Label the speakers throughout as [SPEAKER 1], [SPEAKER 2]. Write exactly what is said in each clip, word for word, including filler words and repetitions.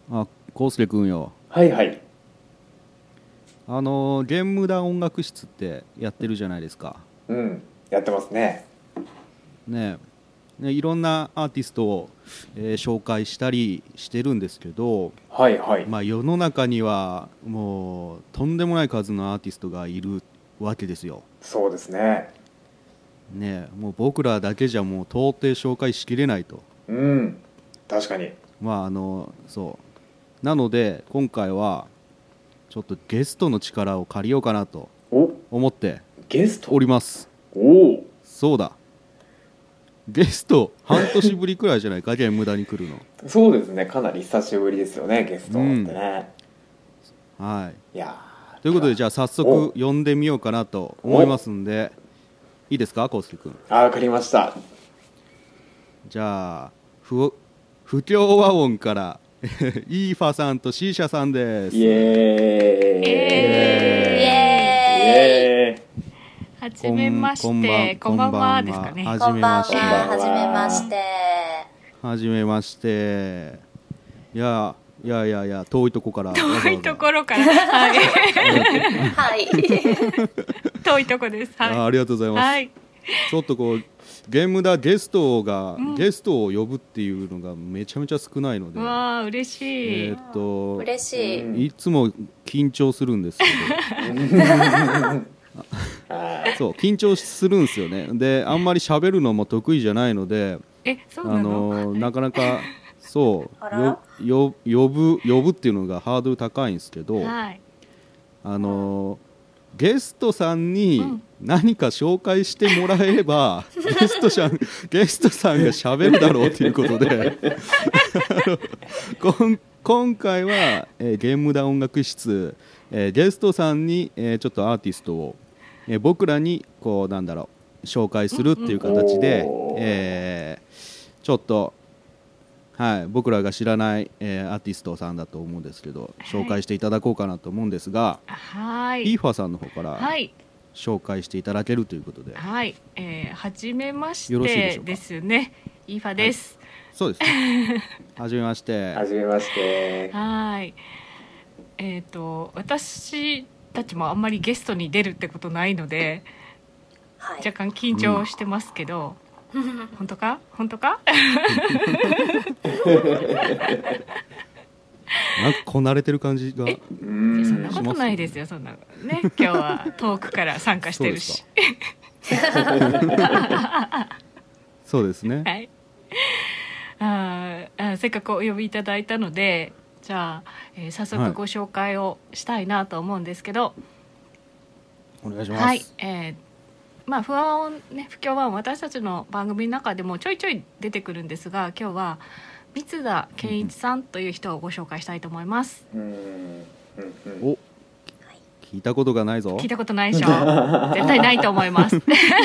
[SPEAKER 1] あ、コウスケくんよ。
[SPEAKER 2] はいはい。
[SPEAKER 1] あのゲームダ音楽室ってやってるじゃないですか。
[SPEAKER 2] うん、やってますね。
[SPEAKER 1] ねえ、ね、いろんなアーティストを、えー紹介したりしてるんですけど、
[SPEAKER 2] はいはい。
[SPEAKER 1] まあ、世の中にはもうとんでもない数のアーティストがいるわけですよ。
[SPEAKER 2] そうですね。
[SPEAKER 1] ねえ、もう僕らだけじゃもう到底紹介しきれないと。
[SPEAKER 2] うん、確かに。
[SPEAKER 1] まああのそうなので今回はちょっとゲストの力を借りようかなと
[SPEAKER 2] お、
[SPEAKER 1] 思って
[SPEAKER 2] ゲスト。
[SPEAKER 1] おります。
[SPEAKER 2] おお。
[SPEAKER 1] そうだ、ゲスト半年ぶりくらいじゃないかゲーム無駄に来るの。
[SPEAKER 2] そうですね。かなり久しぶりですよね、ゲストってね。
[SPEAKER 1] は
[SPEAKER 2] いや
[SPEAKER 1] い、ということでじゃあ早速呼んでみようかなと思いますんで、いいですかコウスケ君。
[SPEAKER 2] あ、わかりました。
[SPEAKER 1] じゃあ不不協和音からイーファさんとシーシャさんです。
[SPEAKER 2] イエーイ。イ
[SPEAKER 3] イエーイ。はじめまして。こんばんはですかね。
[SPEAKER 1] はじめまして。
[SPEAKER 3] はじめまして。
[SPEAKER 1] はじめまして。いやいやいやいや遠いとこから。
[SPEAKER 3] 遠いところから。はい。
[SPEAKER 4] はい。
[SPEAKER 3] 遠いとこです。はい。
[SPEAKER 1] あ、ありがとうございます。はい、ちょっとこうゲームだゲストが、うん、ゲストを呼ぶっていうのがめちゃめちゃ少ないので。
[SPEAKER 3] わあ嬉しい。
[SPEAKER 1] えー、っと
[SPEAKER 4] 嬉しい。
[SPEAKER 1] いつも緊張するんですけど。そう緊張するんですよね。であんまり喋るのも得意じゃないので、
[SPEAKER 3] えそうなの？
[SPEAKER 1] あのなかなかそうよよ呼ぶ呼ぶっていうのがハードル高いんですけど、はい、あのゲストさんに何か紹介してもらえれば、うん、ゲストさんゲストさんが喋るだろうということで今今回は、えー、ゲームダ音楽室、えー、ゲストさんに、えー、ちょっとアーティストを、えー、僕らにこうなんだろう紹介するっていう形で、うんうんえー、ちょっと、はい、僕らが知らない、えー、アーティストさんだと思うんですけど紹介していただこうかなと思うんですが、
[SPEAKER 3] はい、
[SPEAKER 1] イーファさんの方から紹介していただけるということで、
[SPEAKER 3] はい、えー、はじめましてですよね。イーファです。
[SPEAKER 1] はい、そうですね。はじめまして。
[SPEAKER 2] はじめまして。
[SPEAKER 3] はい。えっと私たちもあんまりゲストに出るってことないので、はい、若干緊張してますけど、うん、本当か本当か？
[SPEAKER 1] なんかこなれてる感じが。
[SPEAKER 3] え、そんなことないですよ。そんなね、今日は遠くから参加してるし。
[SPEAKER 1] そうですね。
[SPEAKER 3] はい。ああ、せっかくお呼びいただいたので、じゃあ、えー、早速ご紹介をしたいなと思うんですけど、は
[SPEAKER 1] い、お願いします。
[SPEAKER 3] はい、えー、まあ不安音ね、不協和音私たちの番組の中でもちょいちょい出てくるんですが、今日は三田健一さんという人をご紹介したいと思います。うんうん
[SPEAKER 1] うん、お、聞いたことがないぞ。
[SPEAKER 3] 聞いたことないでしょ。絶対ないと思います。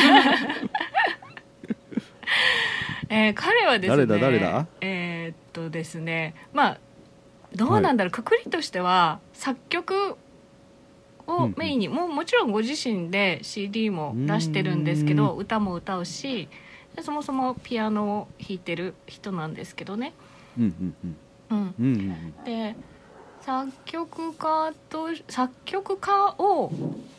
[SPEAKER 3] えー、彼はですね、
[SPEAKER 1] 誰だ誰だ、
[SPEAKER 3] えー、っとですね、まあどうなんだろう、はい、くくりとしては作曲をメインに、うんうん、もうもちろんご自身で シーディー も出してるんですけど、歌も歌うし、でそもそもピアノを弾いてる人なんですけどね。うんうんうんうんうん、で作曲家と作曲家を、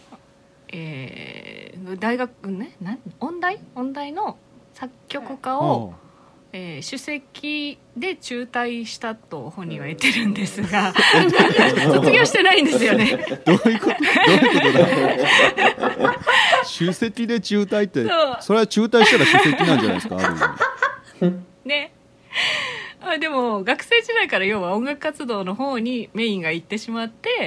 [SPEAKER 3] えー、大学ね、な音大音大の作曲家を、えー、首席で中退したと本人は言ってるんですが卒業してないんですよね。
[SPEAKER 1] どういうことどういうことだ。首席で中退って そ, それは中退したら首席なんじゃないですか。ある
[SPEAKER 3] ね。あでも学生時代から要は音楽活動の方にメインが行ってしまって、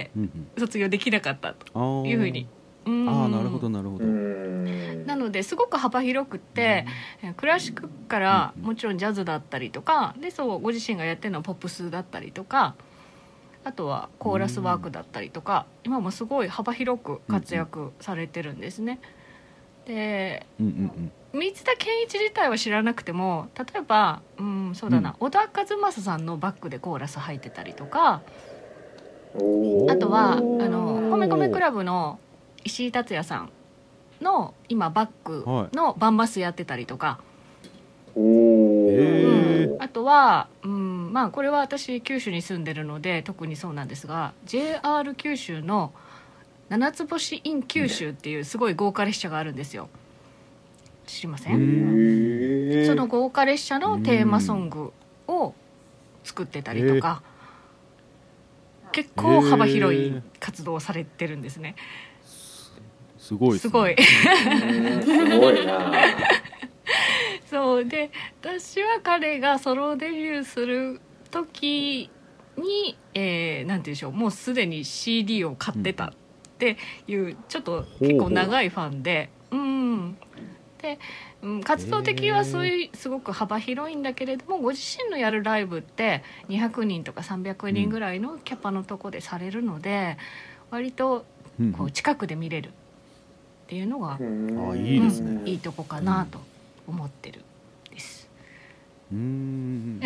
[SPEAKER 3] うんうん、卒業できなかったというふうに。
[SPEAKER 1] ああなるほどなるほど。
[SPEAKER 3] なのですごく幅広くって、うん、クラシックからもちろんジャズだったりとかで、そうご自身がやってるのはポップスだったりとか、あとはコーラスワークだったりとか、今もすごい幅広く活躍されてるんですね。で、うんうんうん、三田健一自体は知らなくても、例えば、うん、そうだな、うん、小田和正さんのバックでコーラス入ってたりとか、あとはあのコメコメクラブの石井達也さんの今バックのバンマスやってたりとか、はい、うん、あとは、うん、 ん、まあこれは私九州に住んでるので特にそうなんですが ジェイアール 九州の七つ星 in 九州っていうすごい豪華列車があるんですよ。知りません？その豪華列車のテーマソングを作ってたりとか、結構幅広い活動をされてるんですね。
[SPEAKER 1] すごいですね。
[SPEAKER 3] すごい
[SPEAKER 2] すごいな。
[SPEAKER 3] そうで、私は彼がソロデビューする時に、えー、なんて言うんでしょう、もうすでに シーディー を買ってたっていうちょっと結構長いファンで、うんで、うん、活動的はそういうすごく幅広いんだけれども、ご自身のやるライブってにひゃくにんとかさんびゃくにんぐらいのキャパのとこでされるので、割とこう近くで見れるっていうのが、
[SPEAKER 2] うん、
[SPEAKER 1] あ、いいですね、
[SPEAKER 3] うん、いいとこかなと思ってるです。
[SPEAKER 1] うーん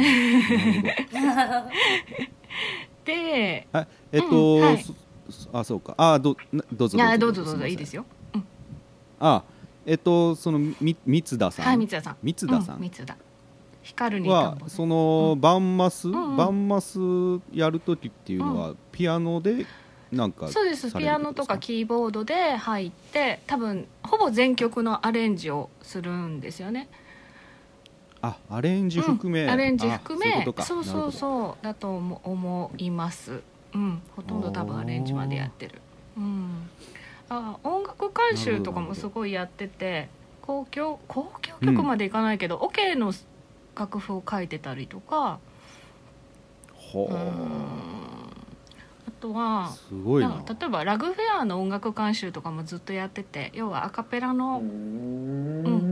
[SPEAKER 3] で、
[SPEAKER 1] あえっと、
[SPEAKER 3] うんはい、
[SPEAKER 1] そあそうかあどどうぞ
[SPEAKER 3] いやどうぞどうぞいいですよ。うん、
[SPEAKER 1] あえっとそのみ三田さん、
[SPEAKER 3] はい、三田さん、
[SPEAKER 1] 三田さん、
[SPEAKER 3] うん、三田光るに田んぼ、ね、
[SPEAKER 1] はその、うん、バンマス、
[SPEAKER 3] うんうん、
[SPEAKER 1] バンマスやるときっていうのは、うん、ピアノでなんか
[SPEAKER 3] そうです。ピアノとかキーボードで入って多分ほぼ全曲のアレンジをするんですよね。
[SPEAKER 1] あ、アレンジ含め、
[SPEAKER 3] うん、アレンジ含め、
[SPEAKER 1] そういうことか、
[SPEAKER 3] そうそうそうだと思います。うん、ほとんど多分アレンジまでやってる。うん、あ、音楽監修とかもすごいやってて、交響交響曲までいかないけど、うん、オケの楽譜を書いてたりとか、
[SPEAKER 1] ほう、
[SPEAKER 3] あとは
[SPEAKER 1] すごいな、
[SPEAKER 3] 例えばラグフェアの音楽監修とかもずっとやってて、要はアカペラの、うんうんうん、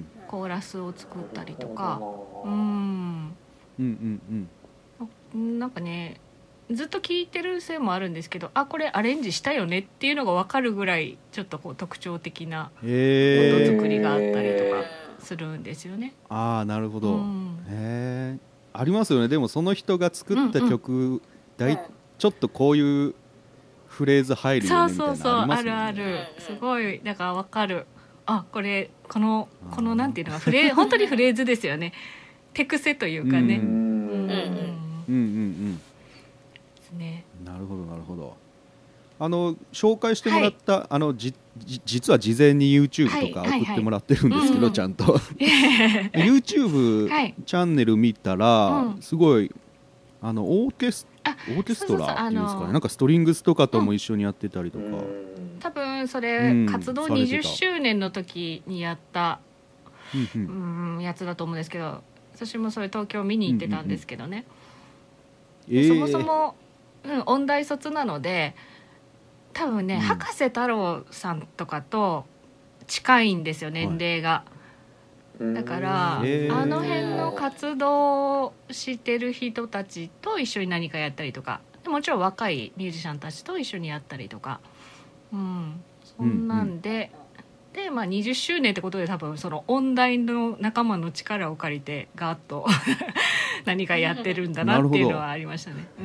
[SPEAKER 3] コーラスを作ったりとか、うん、うんうんうん、なんかねずっと聴いてるせいもあるんですけど、あ、これアレンジしたよねっていうのが分かるぐらいちょっとこう特徴的な音作りがあったりとかするんですよね。
[SPEAKER 1] ああ、なるほど、うん、へえ、ありますよね。でもその人が作った曲、うんうん、だいちょっとこういうフレーズ入るよねみたいなのありますよね。そうそうそう、あるある、すごいだから分かる。あ、これこのこのなんていうのがフレー本当にフレーズですよね。手癖というかね。うんうんうんうん。ね、 なるほどなるほど。あの紹介してもらった、はい、あのじじ実は事前に YouTube とか送ってもらってるんですけど、はいはいはい、ちゃんとYouTube チャンネル見たら、うん、すごいあのオーケスオーケストラっていうんですかね、なんかストリングスとかとも一緒にやってたりとか、うん、
[SPEAKER 3] 多分それ、うん、活動にじゅっしゅうねんの時にやった、うんうん、やつだと思うんですけど、私もそれ東京見に行ってたんですけどね、うんうんうん、そもそも、うん、音大卒なので多分ね、うん、博士太郎さんとかと近いんですよ、年齢が、はい、だから、あの辺の活動をしてる人たちと一緒に何かやったりとか、もちろん若いミュージシャンたちと一緒にやったりとか、うん、そんなんで、うんうん、で、まあ、にじゅっしゅうねんってことで多分その音大の仲間の力を借りてガーッと何かやってるんだなっていうのはありましたね。うん、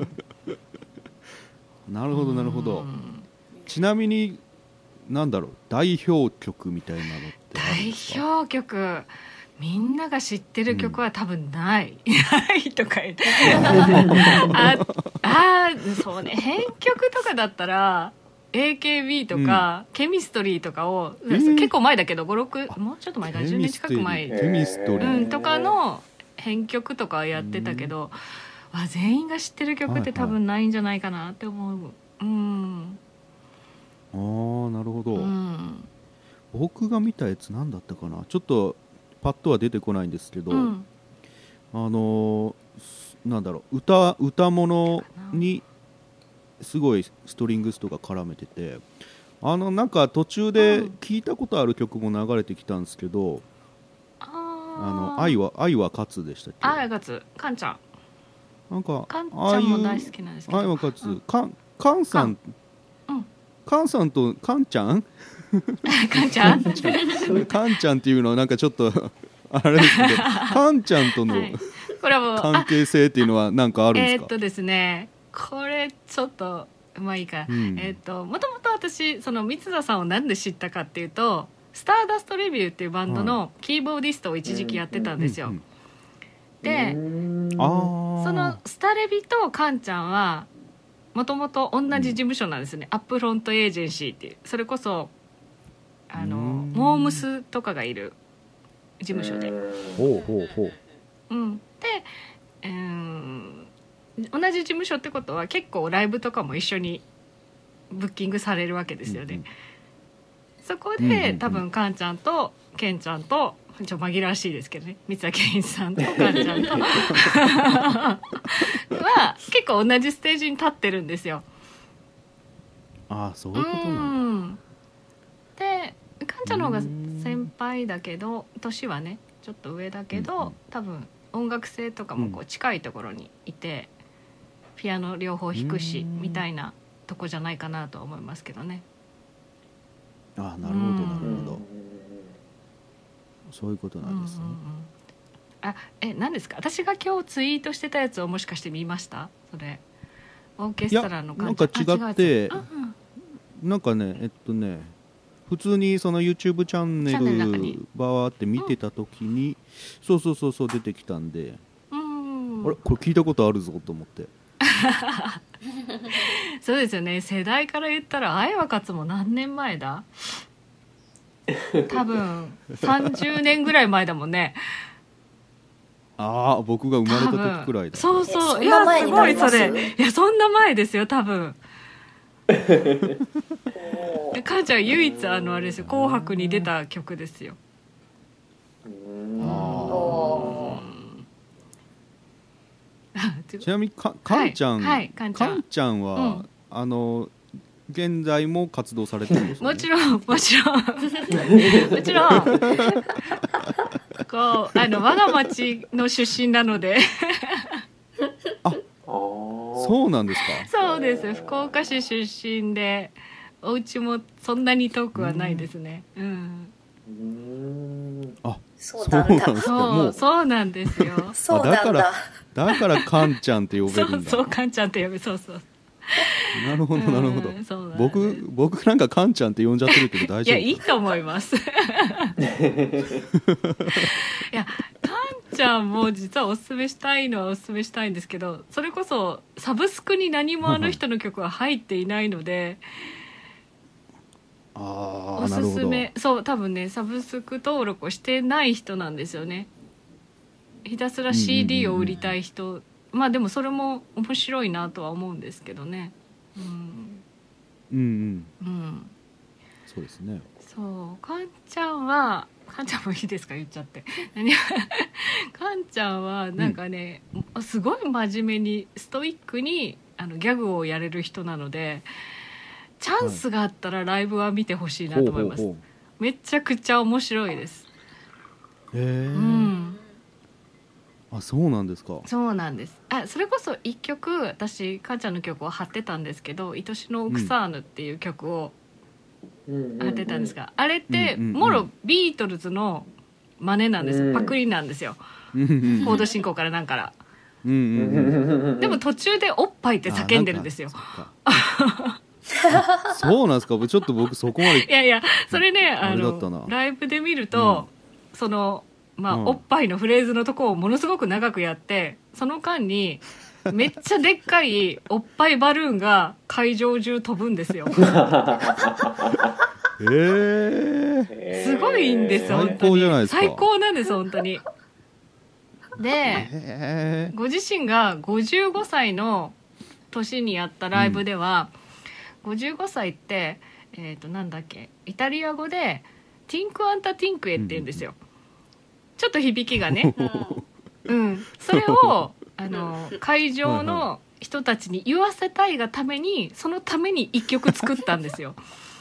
[SPEAKER 1] なるほどなるほど。ちなみになんだろう、代表曲みたいなのってあるんですか？
[SPEAKER 3] 代表曲、みんなが知ってる曲は多分ない、うん、ないとか言ってああ、そうね、編曲とかだったら エーケービー とか、うん、ケミストリーとかを、えー、結構前だけどご、ろく、もうちょっと前かじゅうねん近く前、
[SPEAKER 1] ケミストリー、
[SPEAKER 3] うん、とかの編曲とかやってたけど、うん、全員が知ってる曲って多分ないんじゃないかなって思う、はいはい、うん、
[SPEAKER 1] あー、なるほど、
[SPEAKER 3] うん、
[SPEAKER 1] 僕が見たやつ何だったかな、ちょっとパッとは出てこないんですけど、うん、あのー、なんだろう、歌歌物にすごいストリングスとか絡めてて、あのなんか途中で聞いたことある曲も流れてきたんですけど、うん、あの愛は愛は勝つでしたっけ？
[SPEAKER 3] 愛は勝つ、カンちゃん、
[SPEAKER 1] なんか
[SPEAKER 3] カンちゃんも大好きなんですけど、
[SPEAKER 1] 愛は勝つ、うん、カンカンさん、うん、カンさんとカンちゃん
[SPEAKER 3] カンちゃん
[SPEAKER 1] カンちゃんっていうのはなんかちょっとあれですけどカンちゃんとの、はい、これはもう関係性っていうのは何かあるんですか？
[SPEAKER 3] えー、っとですね、これちょっとまあいいか、うん、えー、っともともと私その三田さんをなんで知ったかっていうと、スターダストレビューっていうバンドのキーボーディストを一時期やってたんですよ、はい、で
[SPEAKER 1] あー
[SPEAKER 3] そのスタレビとカンちゃんはもともと同じ事務所なんですよね、うん、アップフロントエージェンシーっていう、それこそあのモームスとかがいる事務所で、
[SPEAKER 1] ほうほうほう、
[SPEAKER 3] うん、で、うん同じ事務所ってことは結構ライブとかも一緒にブッキングされるわけですよね、うんうん、そこで、うんうんうん、多分カンちゃんとケンちゃんとちょっと紛らわしいですけどね、三谷健一さんとカンちゃんとは結構同じステージに立ってるんですよ。
[SPEAKER 1] ああ、そういうことなんだ。
[SPEAKER 3] でカンちゃんの方が先輩だけど年はねちょっと上だけど、うんうん、多分音楽性とかもこう近いところにいて、うん、ピアノ両方弾くしみたいなとこじゃないかなとは思いますけどね。
[SPEAKER 1] ああ、なるほどなるほど、そういうことなんですね、うんうんうん、
[SPEAKER 3] あ、え、何ですか、私が今日ツイートしてたやつをもしかして見ました？それオーケストラの感じ。
[SPEAKER 1] いや、なんか違って、うん、なんかねえっとね普通にその YouTube チャンネルバーって見てた時に、うん、そうそうそうそう出てきたんで、うん、あれこれ聞いたことあるぞと思って
[SPEAKER 3] そうですよね、世代から言ったら愛は勝つも何年前だ多分さんじゅうねんぐらい前だもんね。
[SPEAKER 1] ああ、僕が生まれた時くらいだ。
[SPEAKER 3] そうそう、いやすごいそれ、いやそんな前ですよ多分かんちゃん唯一あのあれですよ、紅白に出た曲ですよ。
[SPEAKER 1] ちなみに か, かんちゃん、
[SPEAKER 3] はいはい、かんちゃん、
[SPEAKER 1] かんちゃんは、うん、あの現在も活動されてるんですか、ね、
[SPEAKER 3] もちろんもちろんもちろんこうあの我が町の出身なので
[SPEAKER 1] あ、そうなんですか。
[SPEAKER 3] そうです、福岡市出身でお家もそんなに遠くはないですね。うん、うん、
[SPEAKER 1] あ、
[SPEAKER 4] そうなんだ。
[SPEAKER 3] そうそうなんですよ
[SPEAKER 4] そうなんだ。
[SPEAKER 1] だからかんちゃんって呼べるんだ。
[SPEAKER 3] そうそう、かんちゃんって呼べ、そうそう、な
[SPEAKER 1] るほどなるほど、僕僕なんかかんちゃんって呼んじゃってるけど大丈夫？
[SPEAKER 3] いや、いいと思いますいや、かんちゃんも実はおすすめしたいのはおすすめしたいんですけど、それこそサブスクに何もあの人の曲は入っていないので
[SPEAKER 1] あ、
[SPEAKER 3] おすすめ、そう多分ねサブスク登録をしてない人なんですよね。ひたすら シーディー を売りたい人、うんうんうん、まあでもそれも面白いなとは思うんですけどね。うん
[SPEAKER 1] うんうん、
[SPEAKER 3] うん、
[SPEAKER 1] そうですね。
[SPEAKER 3] そうかんちゃんはかんちゃんもいいですか言っちゃって何かんちゃんはなんかね、うん、すごい真面目にストイックにあのギャグをやれる人なので、チャンスがあったらライブは見てほしいなと思います、はい、ほうほうほう、めちゃくちゃ面白いです。
[SPEAKER 1] へえ、うん、あ、そうなんですか。
[SPEAKER 3] そうなんです。あ、それこそ一曲私かんちゃんの曲を貼ってたんですけど、愛しのオクサーヌっていう曲を貼ってたんですが、うん、あれってもろビートルズの真似なんですよ、うん、パクリなんですよ、うん、コード進行からなんから、うんうんうん、でも途中でおっぱいって叫んでるんですよ。
[SPEAKER 1] そうなんですか。ちょっと僕そこまで
[SPEAKER 3] いやいや、それね、あのライブで見ると、うん、そのまあ、うん、おっぱいのフレーズのとこをものすごく長くやって、その間にめっちゃでっかいおっぱいバルーンが会場中飛ぶんですよえー、すごいんですよ。
[SPEAKER 1] 最高じゃないですか。
[SPEAKER 3] 最高なんです本当に。で、えー、ご自身がごじゅうごさいの年にやったライブでは、うん、ごじゅうごさいって、えーと、なんだっけ、イタリア語でティンクアンタティンクエって言うんですよ、うん、ちょっと響きがね、うん、それをあの会場の人たちに言わせたいがために、そのために一曲作ったんですよ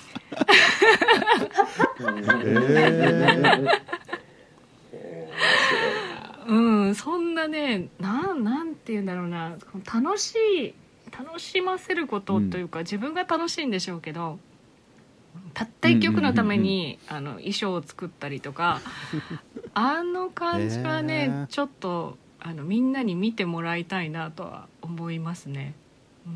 [SPEAKER 3] うん、そんなね、なん、なんて言うんだろうな、楽しい、楽しませることというか、うん、自分が楽しいんでしょうけど、たった一曲のために、うんうんうんうん、あの衣装を作ったりとかあの感じはね、えー、ちょっとあのみんなに見てもらいたいなとは思いますね。うん、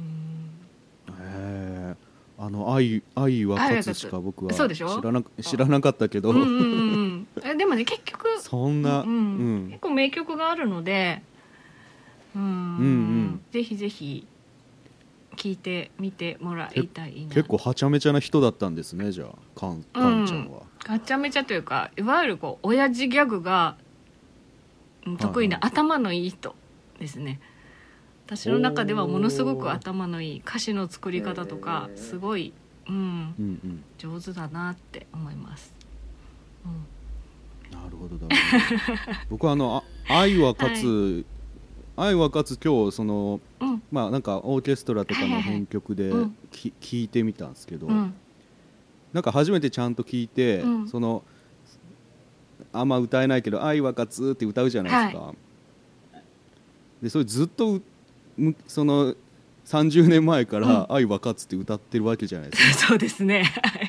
[SPEAKER 1] えー、あの愛、愛は勝つしか僕は知らな、知らなかったけど、
[SPEAKER 3] うんうんうん、でもね結局
[SPEAKER 1] そんな、
[SPEAKER 3] うんうん、結構名曲があるので、 うん、
[SPEAKER 1] うんうん
[SPEAKER 3] ぜひぜひ聞いてみてもらいたいな。
[SPEAKER 1] 結構はちゃめちゃな人だったんですね。じゃあカン、カンちゃんは、
[SPEAKER 3] うん、はちゃめちゃというか、いわゆるこう親父ギャグが得意な頭のいい人ですね。私の中ではものすごく頭のいい、歌詞の作り方とかすごい、うん
[SPEAKER 1] うんうん、
[SPEAKER 3] 上手だなって思います、
[SPEAKER 1] うん、なるほどだ、ね、僕はあのあ愛は勝つ、はい、愛は勝つ今日その、うん、まあなんかオーケストラとかの編曲で、はいはいはい、き聞いてみたんですけど、うん、なんか初めてちゃんと聞いて、うん、そのあんま歌えないけど愛は勝つって歌うじゃないですか、はい、でそれずっとそのさんじゅうねんまえから愛は勝つって歌ってるわけじゃないですか、
[SPEAKER 3] うん、そうですね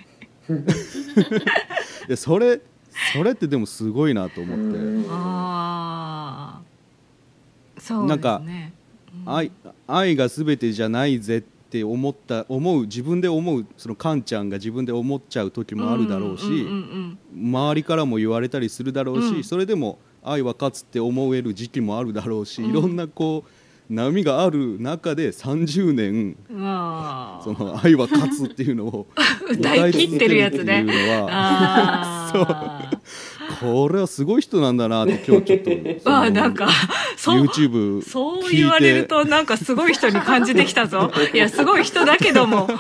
[SPEAKER 1] いやそれそれってでもすごいなと思って、
[SPEAKER 3] あそうですね、
[SPEAKER 1] なんか、うん、愛, 愛が全てじゃないぜって思った思う自分で思うそのカンちゃんが自分で思っちゃう時もあるだろうし、うんうんうんうん、周りからも言われたりするだろうし、うん、それでも愛は勝つって思える時期もあるだろうし、うん、いろんなこう波がある中でさんじゅうねん、その愛は勝つっていうのを
[SPEAKER 3] 歌い切ってるやつね。
[SPEAKER 1] そうこれはすごい人なんだなって今日ちょっと
[SPEAKER 3] あなんか
[SPEAKER 1] そう YouTube
[SPEAKER 3] そう言われるとなんかすごい人に感じてきたぞ。いやすごい人だけども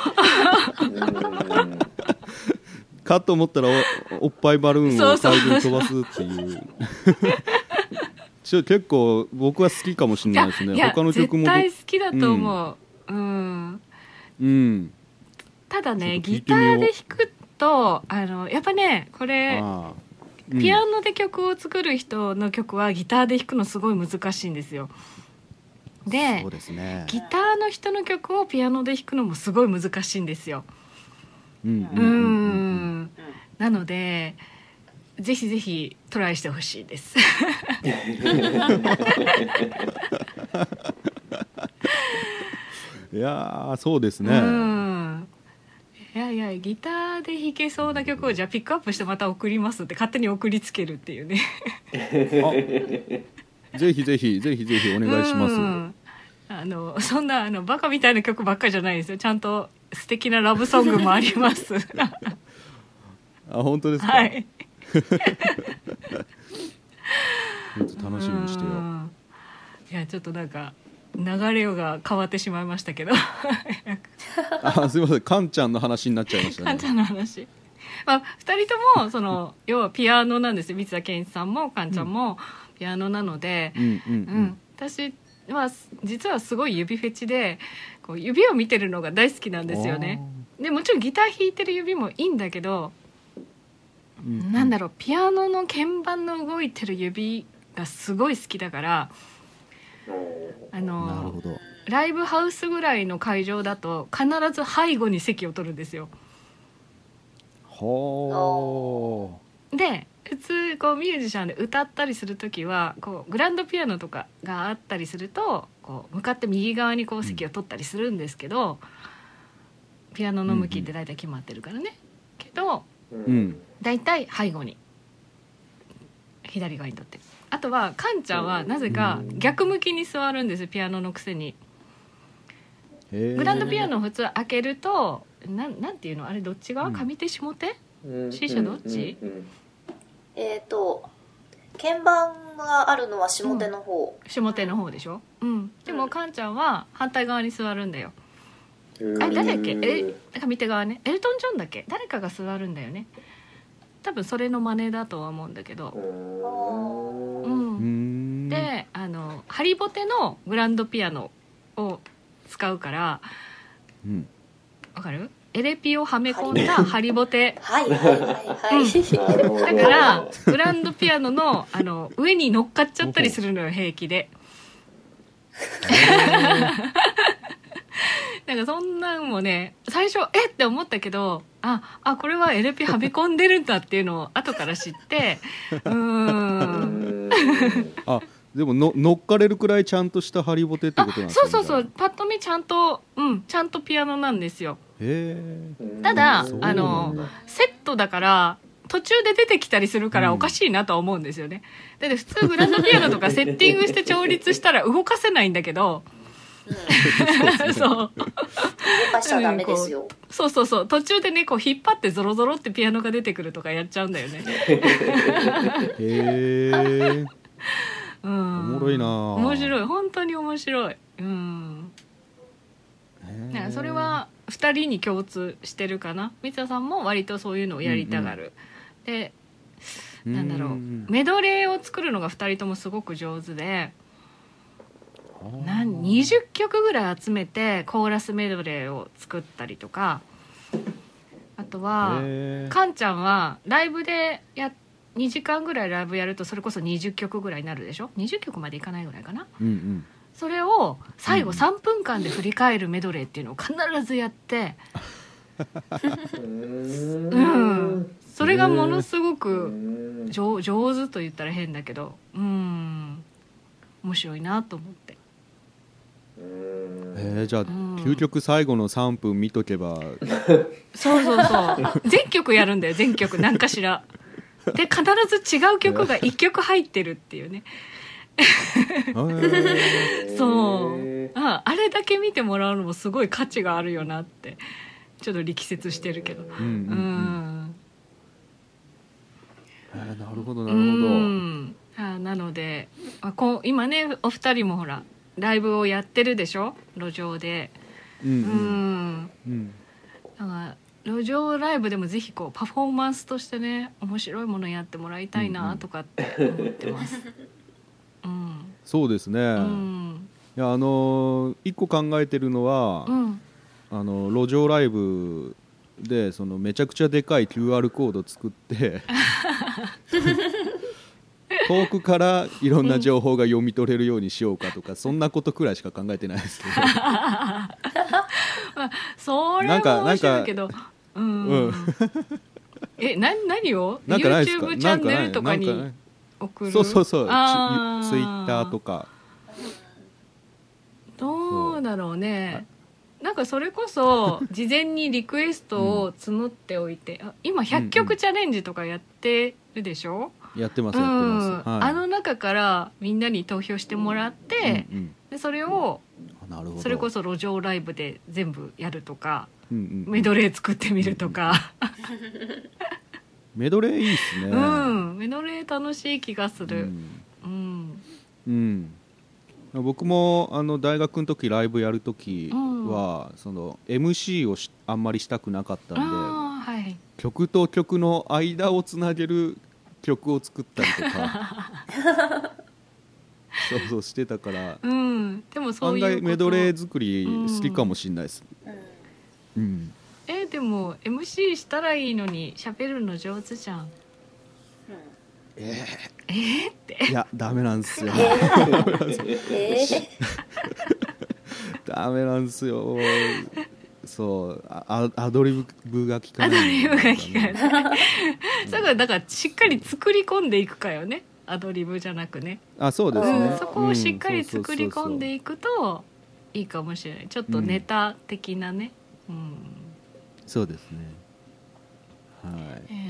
[SPEAKER 1] かと思ったら お, おっぱいバルーンを大量に飛ばすっていう結構僕は好きかもしれないですね。他の曲も
[SPEAKER 3] 絶対好きだと思う、うんうんうん、ただねギターで弾くとあのやっぱねこれ、うん、ピアノで曲を作る人の曲はギターで弾くのすごい難しいんですよ。で、
[SPEAKER 1] そうですね、
[SPEAKER 3] ギターの人の曲をピアノで弾くのもすごい難しいんですよ。なのでぜひぜひトライしてほしいです
[SPEAKER 1] いやそうですね、うん、
[SPEAKER 3] いやいやギターで弾けそうな曲をじゃあピックアップしてまた送りますって勝手に送りつけるっていうね
[SPEAKER 1] ぜひぜひぜひぜひお願いします、うん、
[SPEAKER 3] あのそんなあのバカみたいな曲ばっかりじゃないですよ。ちゃんと素敵なラブソングもあります
[SPEAKER 1] あ本当ですか、
[SPEAKER 3] はい、
[SPEAKER 1] 楽しみにしてよ。
[SPEAKER 3] いやちょっとなんか流れが変わってしまいましたけど
[SPEAKER 1] あすいませんカンちゃんの話になっちゃいましたね。
[SPEAKER 3] カンちゃんの話、まあ、ふたりともその要はピアノなんですよ。三田健一さんもカンちゃんもピアノなので、うんうんうんうん、私は実はすごい指フェチでこう指を見てるのが大好きなんですよね。でもちろんギター弾いてる指もいいんだけど、うんうん、なんだろうピアノの鍵盤の動いてる指がすごい好きだからあの
[SPEAKER 1] なるほど
[SPEAKER 3] ライブハウスぐらいの会場だと必ず背後に席を取るんですよ。
[SPEAKER 1] ほ
[SPEAKER 3] ーで普通こうミュージシャンで歌ったりするときはこうグランドピアノとかがあったりするとこう向かって右側にこう席を取ったりするんですけど、うん、ピアノの向きって大体決まってるからね、けど、うん、大体背後に左側に取ってる。あとはカンちゃんはなぜか逆向きに座るんですよ、ピアノのくせに。グランドピアノを普通開けると な, なんていうのあれどっち側、上手下手 C 社どっち、うんうんうん、
[SPEAKER 4] えっ、ー、と鍵盤があるのは下手の方、
[SPEAKER 3] うん、下手の方でしょ、うん、でもカンちゃんは反対側に座るんだよ。あ誰だっけえ上手側ね、エルトン・ジョンだっけ誰かが座るんだよね。多分それの真似だとは思うんだけど、うん、であのハリボテのグランドピアノを使うから、うん、わかる？エレピをはめ込んだハリボテ
[SPEAKER 4] はいはいはいはい、
[SPEAKER 3] うん、だからグランドピアノ の, あの上に乗っかっちゃったりするのよ平気でなんかそんなんもね最初えって思ったけどああこれはエレピはめ込んでるんだっていうのを後から知ってうーん
[SPEAKER 1] あでも の, 乗っかれるくらいちゃんとしたハリボテってことなんですか。
[SPEAKER 3] そうそうそうパッと見ちゃんと、うん、ちゃんとピアノなんですよ。
[SPEAKER 1] へ
[SPEAKER 3] ただあのセットだから途中で出てきたりするからおかしいなとは思うんですよね。だって普通グランドピアノとかセッティングして調律したら動かせないんだけど、うん、そう動
[SPEAKER 4] かしちゃダメですよ。
[SPEAKER 3] そうそうそう、途中でねこう引っ張ってゾロゾロってピアノが出てくるとかやっちゃうんだよね。
[SPEAKER 1] へえ、
[SPEAKER 3] うん、
[SPEAKER 1] おもろいな。
[SPEAKER 3] 面白い、本当に面白い。うん、だからそれはふたりに共通してるかな。三田さんも割とそういうのをやりたがる、うんうん、でなんだろう、メドレーを作るのがふたりともすごく上手で、なんにじゅっきょくぐらい集めてコーラスメドレーを作ったりとか、あとはカンちゃんはライブでやにじかんぐらいライブやるとそれこそにじゅっきょくぐらいになるでしょ。にじゅっきょくまでいかないぐらいかな、うんうん、それを最後さんぷんかんで振り返るメドレーっていうのを必ずやってうん、それがものすごく 上, 上手と言ったら変だけど、うん面白いなと思って。
[SPEAKER 1] えー、じゃあ、うん、究極最後のさんぷん見とけば
[SPEAKER 3] そうそうそう全曲やるんだよ、全曲何かしらで必ず違う曲がいっきょく入ってるっていうねそうああれだけ見てもらうのもすごい価値があるよなってちょっと力説してるけど、うんうんうん、
[SPEAKER 1] えー、なるほどなるほど、うん、
[SPEAKER 3] あなのでこう今ねお二人もほらライブをやってるでしょ、路上で、うんうんうんうん、だから路上ライブでもぜひこうパフォーマンスとしてね面白いものやってもらいたいなとかって思ってます、うんうん、
[SPEAKER 1] そうですね、うん、いやあのー、一個考えてるのは、うん、あの路上ライブでそのめちゃくちゃでかい キューアール コード作って遠くからいろんな情報が読み取れるようにしようかとか、うん、そんなことくらいしか考えてないですけどま
[SPEAKER 3] あ、それも面白いけどうん、うん、えな何を YouTube チャンネルとかに送る、
[SPEAKER 1] そうそうそう、ツイッターとか
[SPEAKER 3] どうだろうね。なんかそれこそ事前にリクエストを募っておいて、うん、今ひゃっきょくチャレンジとかやってるでしょ、
[SPEAKER 1] うん、やってますやってます、
[SPEAKER 3] うんはい、あの中からみんなに投票してもらって、うんうん、でそれをそれこそ路上ライブで全部やるとか、うんうん、メドレー作ってみるとか
[SPEAKER 1] メドレーいいっすね、
[SPEAKER 3] うん、メドレー楽しい気がする、うん
[SPEAKER 1] うんうん、僕もあの大学の時ライブやる時は、うん、その エムシー をしあんまりしたくなかったんで、はい、曲と曲の間をつなげる曲を作ったりとかそうそうしてたから、うん、でもそういう案外メドレー作り好きかもしれないです、うんうん、
[SPEAKER 3] えでも エムシー したらいいのに喋るの上手じゃん、
[SPEAKER 1] えー、
[SPEAKER 3] えー、って
[SPEAKER 1] いやダメなんですよダメなんですよそうアアドリブが効かない、
[SPEAKER 3] アドリブが効かないだからだからしっかり作り込んでいくかよね、アドリブじゃなくね。
[SPEAKER 1] あそうですね、
[SPEAKER 3] うん、そこをしっかり作り込んでいくといいかもしれない。ちょっとネタ的なね、うんうん、
[SPEAKER 1] そうですね。はい。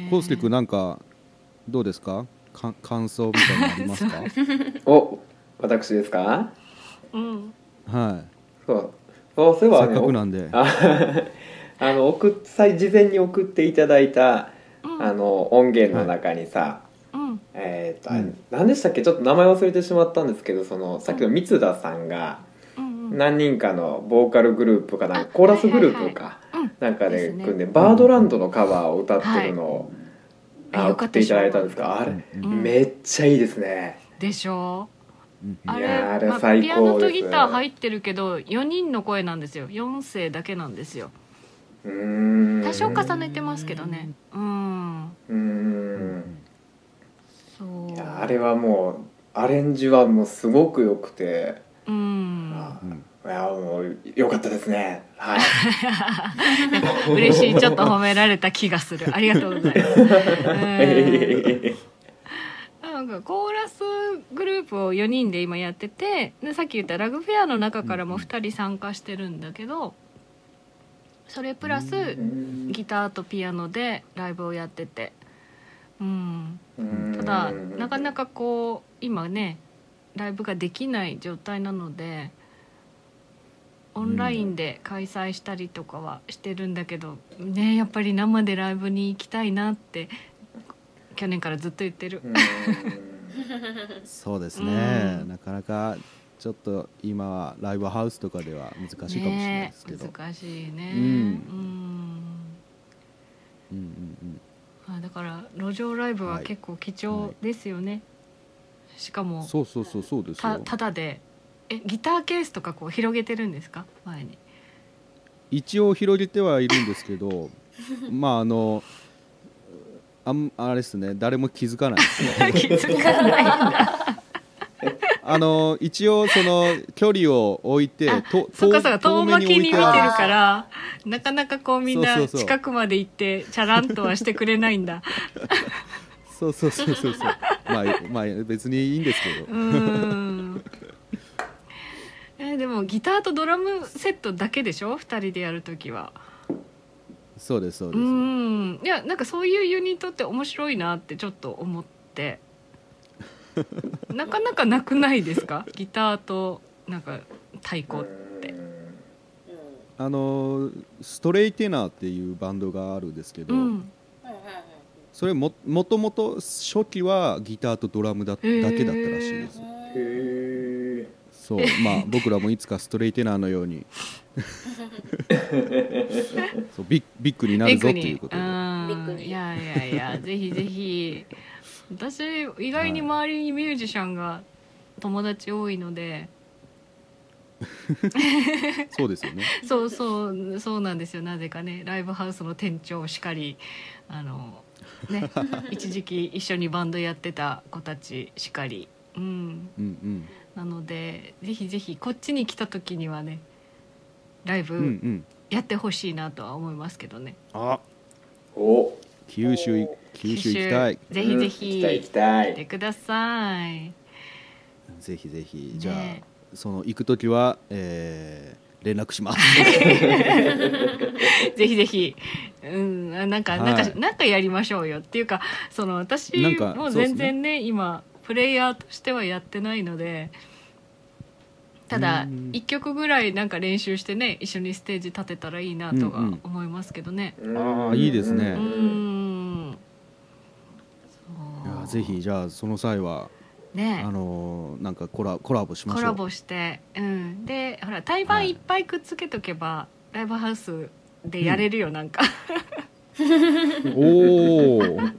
[SPEAKER 1] コウスケ君なんかどうですか、か感想みたいなのありますか
[SPEAKER 2] お私ですか、
[SPEAKER 3] うん、
[SPEAKER 1] はい
[SPEAKER 2] そうそうそういえば
[SPEAKER 1] せっかくなんで
[SPEAKER 2] ああの送っ事前に送っていただいた、うん、あの音源の中にさ、はい、えーと、うん、何でしたっけ、ちょっと名前忘れてしまったんですけど、そのさっきの三田さんが何人かのボーカルグループかなんかコーラスグループかなんかで組んでバードランドのカバーを歌ってるのを、はい、あ送っていただいたんですが、あれ、うん、めっちゃいいですね。
[SPEAKER 3] でしょう、あれ、
[SPEAKER 2] いやあれ最高です、
[SPEAKER 3] まあ、ピアノとギター入ってるけどよにんの声なんですよ、よん声だけなんですよ。うーん多少重ねてますけどね。うんうーん
[SPEAKER 2] そういやあれはもうアレンジはもうすごく良くて、うんいやもう良かったですね。はい
[SPEAKER 3] 嬉しい、ちょっと褒められた気がする。ありがとうございますなんかコーラスグループをよにんで今やってて、でさっき言ったラグフェアの中からもふたり参加してるんだけど、それプラスギターとピアノでライブをやってて、 うん、
[SPEAKER 2] うん
[SPEAKER 3] ただなかなかこう今ねライブができない状態なのでオンラインで開催したりとかはしてるんだけどね、やっぱり生でライブに行きたいなって去年からずっと言ってる。
[SPEAKER 1] そうですね、
[SPEAKER 3] うん
[SPEAKER 1] なかなかちょっと今はライブハウスとかでは難しいかもしれないですけど、
[SPEAKER 3] ね、難しいね、
[SPEAKER 1] うん
[SPEAKER 3] うん
[SPEAKER 1] うんうん
[SPEAKER 3] あだから路上ライブは結構貴重ですよね、はい、しかも
[SPEAKER 1] そうそうそうそうですよ。
[SPEAKER 3] た, ただでえギターケースとかこう広げてるんですか？前に
[SPEAKER 1] 一応広げてはいるんですけどまああのあんあれですね、誰も気づかないですね
[SPEAKER 3] 気づかないんだ
[SPEAKER 1] あの一応その距離を置いてと
[SPEAKER 3] そっかそっか遠巻きに見てる
[SPEAKER 1] あ
[SPEAKER 3] からなかなかこうみんな
[SPEAKER 1] そうそうそう
[SPEAKER 3] 近くまで行ってチャランとはしてくれないんだ
[SPEAKER 1] そうそうそうそうそうまあまあ別にいいんですけど
[SPEAKER 3] うーんえでもギターとドラムセットだけでしょふたりでやるときは。
[SPEAKER 1] そうですそうです。
[SPEAKER 3] うんいやなんかそういうユニットって面白いなってちょっと思ってなかなかなくないですか？ギターとなんか太鼓って
[SPEAKER 1] あのストレイテナーっていうバンドがあるんですけど、
[SPEAKER 3] うん
[SPEAKER 1] それ も, もともと初期はギターとドラム だ, だけだったらしいです。
[SPEAKER 2] へー
[SPEAKER 1] そうまあ僕らもいつかストレイテナーのようにそうビッビッグになるぞっていうことで。
[SPEAKER 3] ビッグにいやいやいやぜひぜひ私意外に周りにミュージシャンが友達多いので、
[SPEAKER 1] そうですよね。
[SPEAKER 3] そうそうそうなんですよ。なぜかねライブハウスの店長しかりあのね一時期一緒にバンドやってた子たちしかり、うん、
[SPEAKER 1] うんうん
[SPEAKER 3] なのでぜひぜひこっちに来た時にはねライ
[SPEAKER 1] うんう
[SPEAKER 3] ブ
[SPEAKER 1] ん。
[SPEAKER 3] やってほしいなとは思いますけどね。
[SPEAKER 1] あ
[SPEAKER 2] お
[SPEAKER 1] 九州い九州行きたい。
[SPEAKER 3] ぜひぜひ
[SPEAKER 2] 行きたい行きたい
[SPEAKER 3] 来てください。
[SPEAKER 1] ぜひぜひじゃあ、
[SPEAKER 3] ね
[SPEAKER 1] その行くときは、えー、連絡します
[SPEAKER 3] ぜひぜひ、うん、なんか、
[SPEAKER 1] はい
[SPEAKER 3] なんか、なんかやりましょうよっていうか、その私
[SPEAKER 1] なんか
[SPEAKER 3] もう全然ね、今プレイヤーとしてはやってないので、ただ
[SPEAKER 1] うん
[SPEAKER 3] いっきょくぐらいなんか練習してね、一緒にステージ立てたらいいなとは思いますけどね。
[SPEAKER 1] ああいいですね。
[SPEAKER 3] う
[SPEAKER 2] うん
[SPEAKER 3] ん。
[SPEAKER 1] いやぜひじゃあその際は
[SPEAKER 3] ね
[SPEAKER 1] あのーなんかコラコラボしましょう。
[SPEAKER 3] コラボして、うん、でほら対バンいっぱいくっつけとけば、ライブハウスでやれるよ、なんか
[SPEAKER 1] おお、
[SPEAKER 3] ね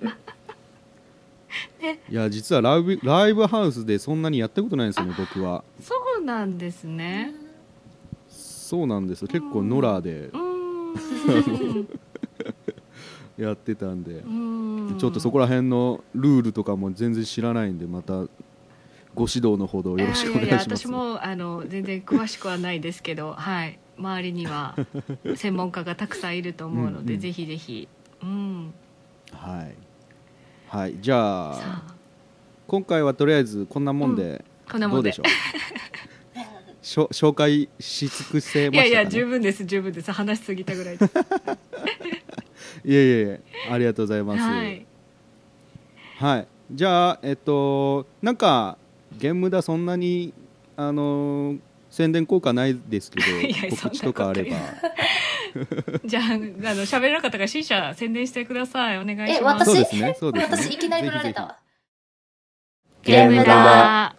[SPEAKER 1] いや実はライブライブハウスでそんなにやったことないんですよね僕は。
[SPEAKER 3] そうなんですね。
[SPEAKER 1] そうなんですよ、結構ノラで
[SPEAKER 3] うーん
[SPEAKER 1] やってたんで、
[SPEAKER 3] うん
[SPEAKER 1] ちょっとそこら辺のルールとかも全然知らないんで、またご指導のほどよろしくお願いします。
[SPEAKER 3] いやいや私もあの全然詳しくはないですけど、はい、周りには専門家がたくさんいると思うので、
[SPEAKER 1] うんうん
[SPEAKER 3] ぜひぜひ、うん、
[SPEAKER 1] はいはいじゃあ
[SPEAKER 3] さあ
[SPEAKER 1] 今回はとりあえずこんなもんで、
[SPEAKER 3] こんなもで
[SPEAKER 1] どうんでしょうしょ紹介し尽くせ
[SPEAKER 3] い
[SPEAKER 1] ましたかね。
[SPEAKER 3] やいや十分です十分です話しすぎたぐらいです
[SPEAKER 1] いやいやいやありがとうございます。
[SPEAKER 3] はい
[SPEAKER 1] はい、じゃあえっとなんかゲームだそんなにあのー宣伝効果ないですけど
[SPEAKER 3] いや
[SPEAKER 1] 告知とかあれば
[SPEAKER 3] じゃああの喋れなかったから C 社宣伝してください。お願いし
[SPEAKER 4] え
[SPEAKER 3] ます。
[SPEAKER 4] 私
[SPEAKER 1] そうですねそうですね。
[SPEAKER 4] 私いきなり振られたわ。
[SPEAKER 3] ゲームだ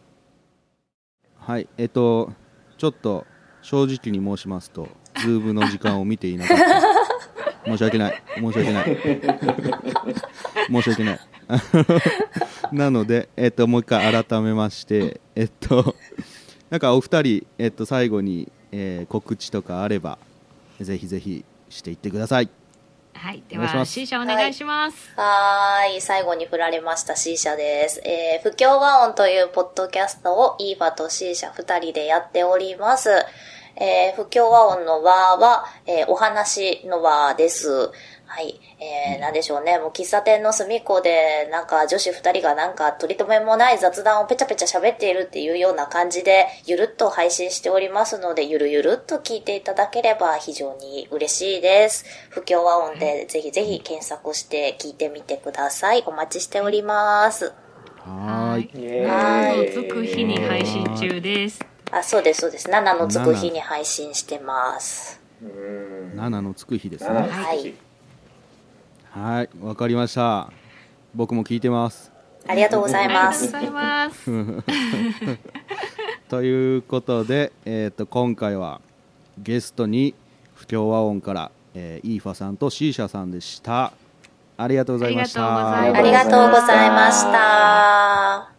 [SPEAKER 1] はいえっとちょっと正直に申しますとズームの時間を見ていなかった申し訳ない申し訳ない申し訳ないなので、えっと、もう一回改めましてえっとなんかお二人、えっと、最後に、えー、告知とかあればぜひぜひしていってください。
[SPEAKER 3] はいでは
[SPEAKER 1] お願いします
[SPEAKER 3] C 社お願いします。
[SPEAKER 4] はーい、最後に振られました C 社です。えー、不協和音というポッドキャストをイーファと C 社二人でやっております。えー、不協和音の和は、えー、お話の和です。 はい。えー、なんでしょうね。もう喫茶店の隅っこで、なんか女子二人がなんか取り留めもない雑談をペチャペチャ喋っているっていうような感じで、ゆるっと配信しておりますので、ゆるゆるっと聞いていただければ非常に嬉しいです。不協和音でぜひぜひ検索して聞いてみてください。お待ちしております。
[SPEAKER 1] はーい。
[SPEAKER 4] は
[SPEAKER 3] ななのつく日に配信中です。
[SPEAKER 4] あ、そうですそうです。ななのつく日に配信してます。
[SPEAKER 1] ななのつく日ですね。
[SPEAKER 4] はい。
[SPEAKER 1] はい、わかりました。僕も聞いてます。
[SPEAKER 4] ありがとうございます。
[SPEAKER 3] ありがとうございます。
[SPEAKER 1] ということで、えー、と今回はゲストに不協和音から、えー、イーファさんとシーシャさんでした。ありがとうございました。
[SPEAKER 4] ありがとうございました。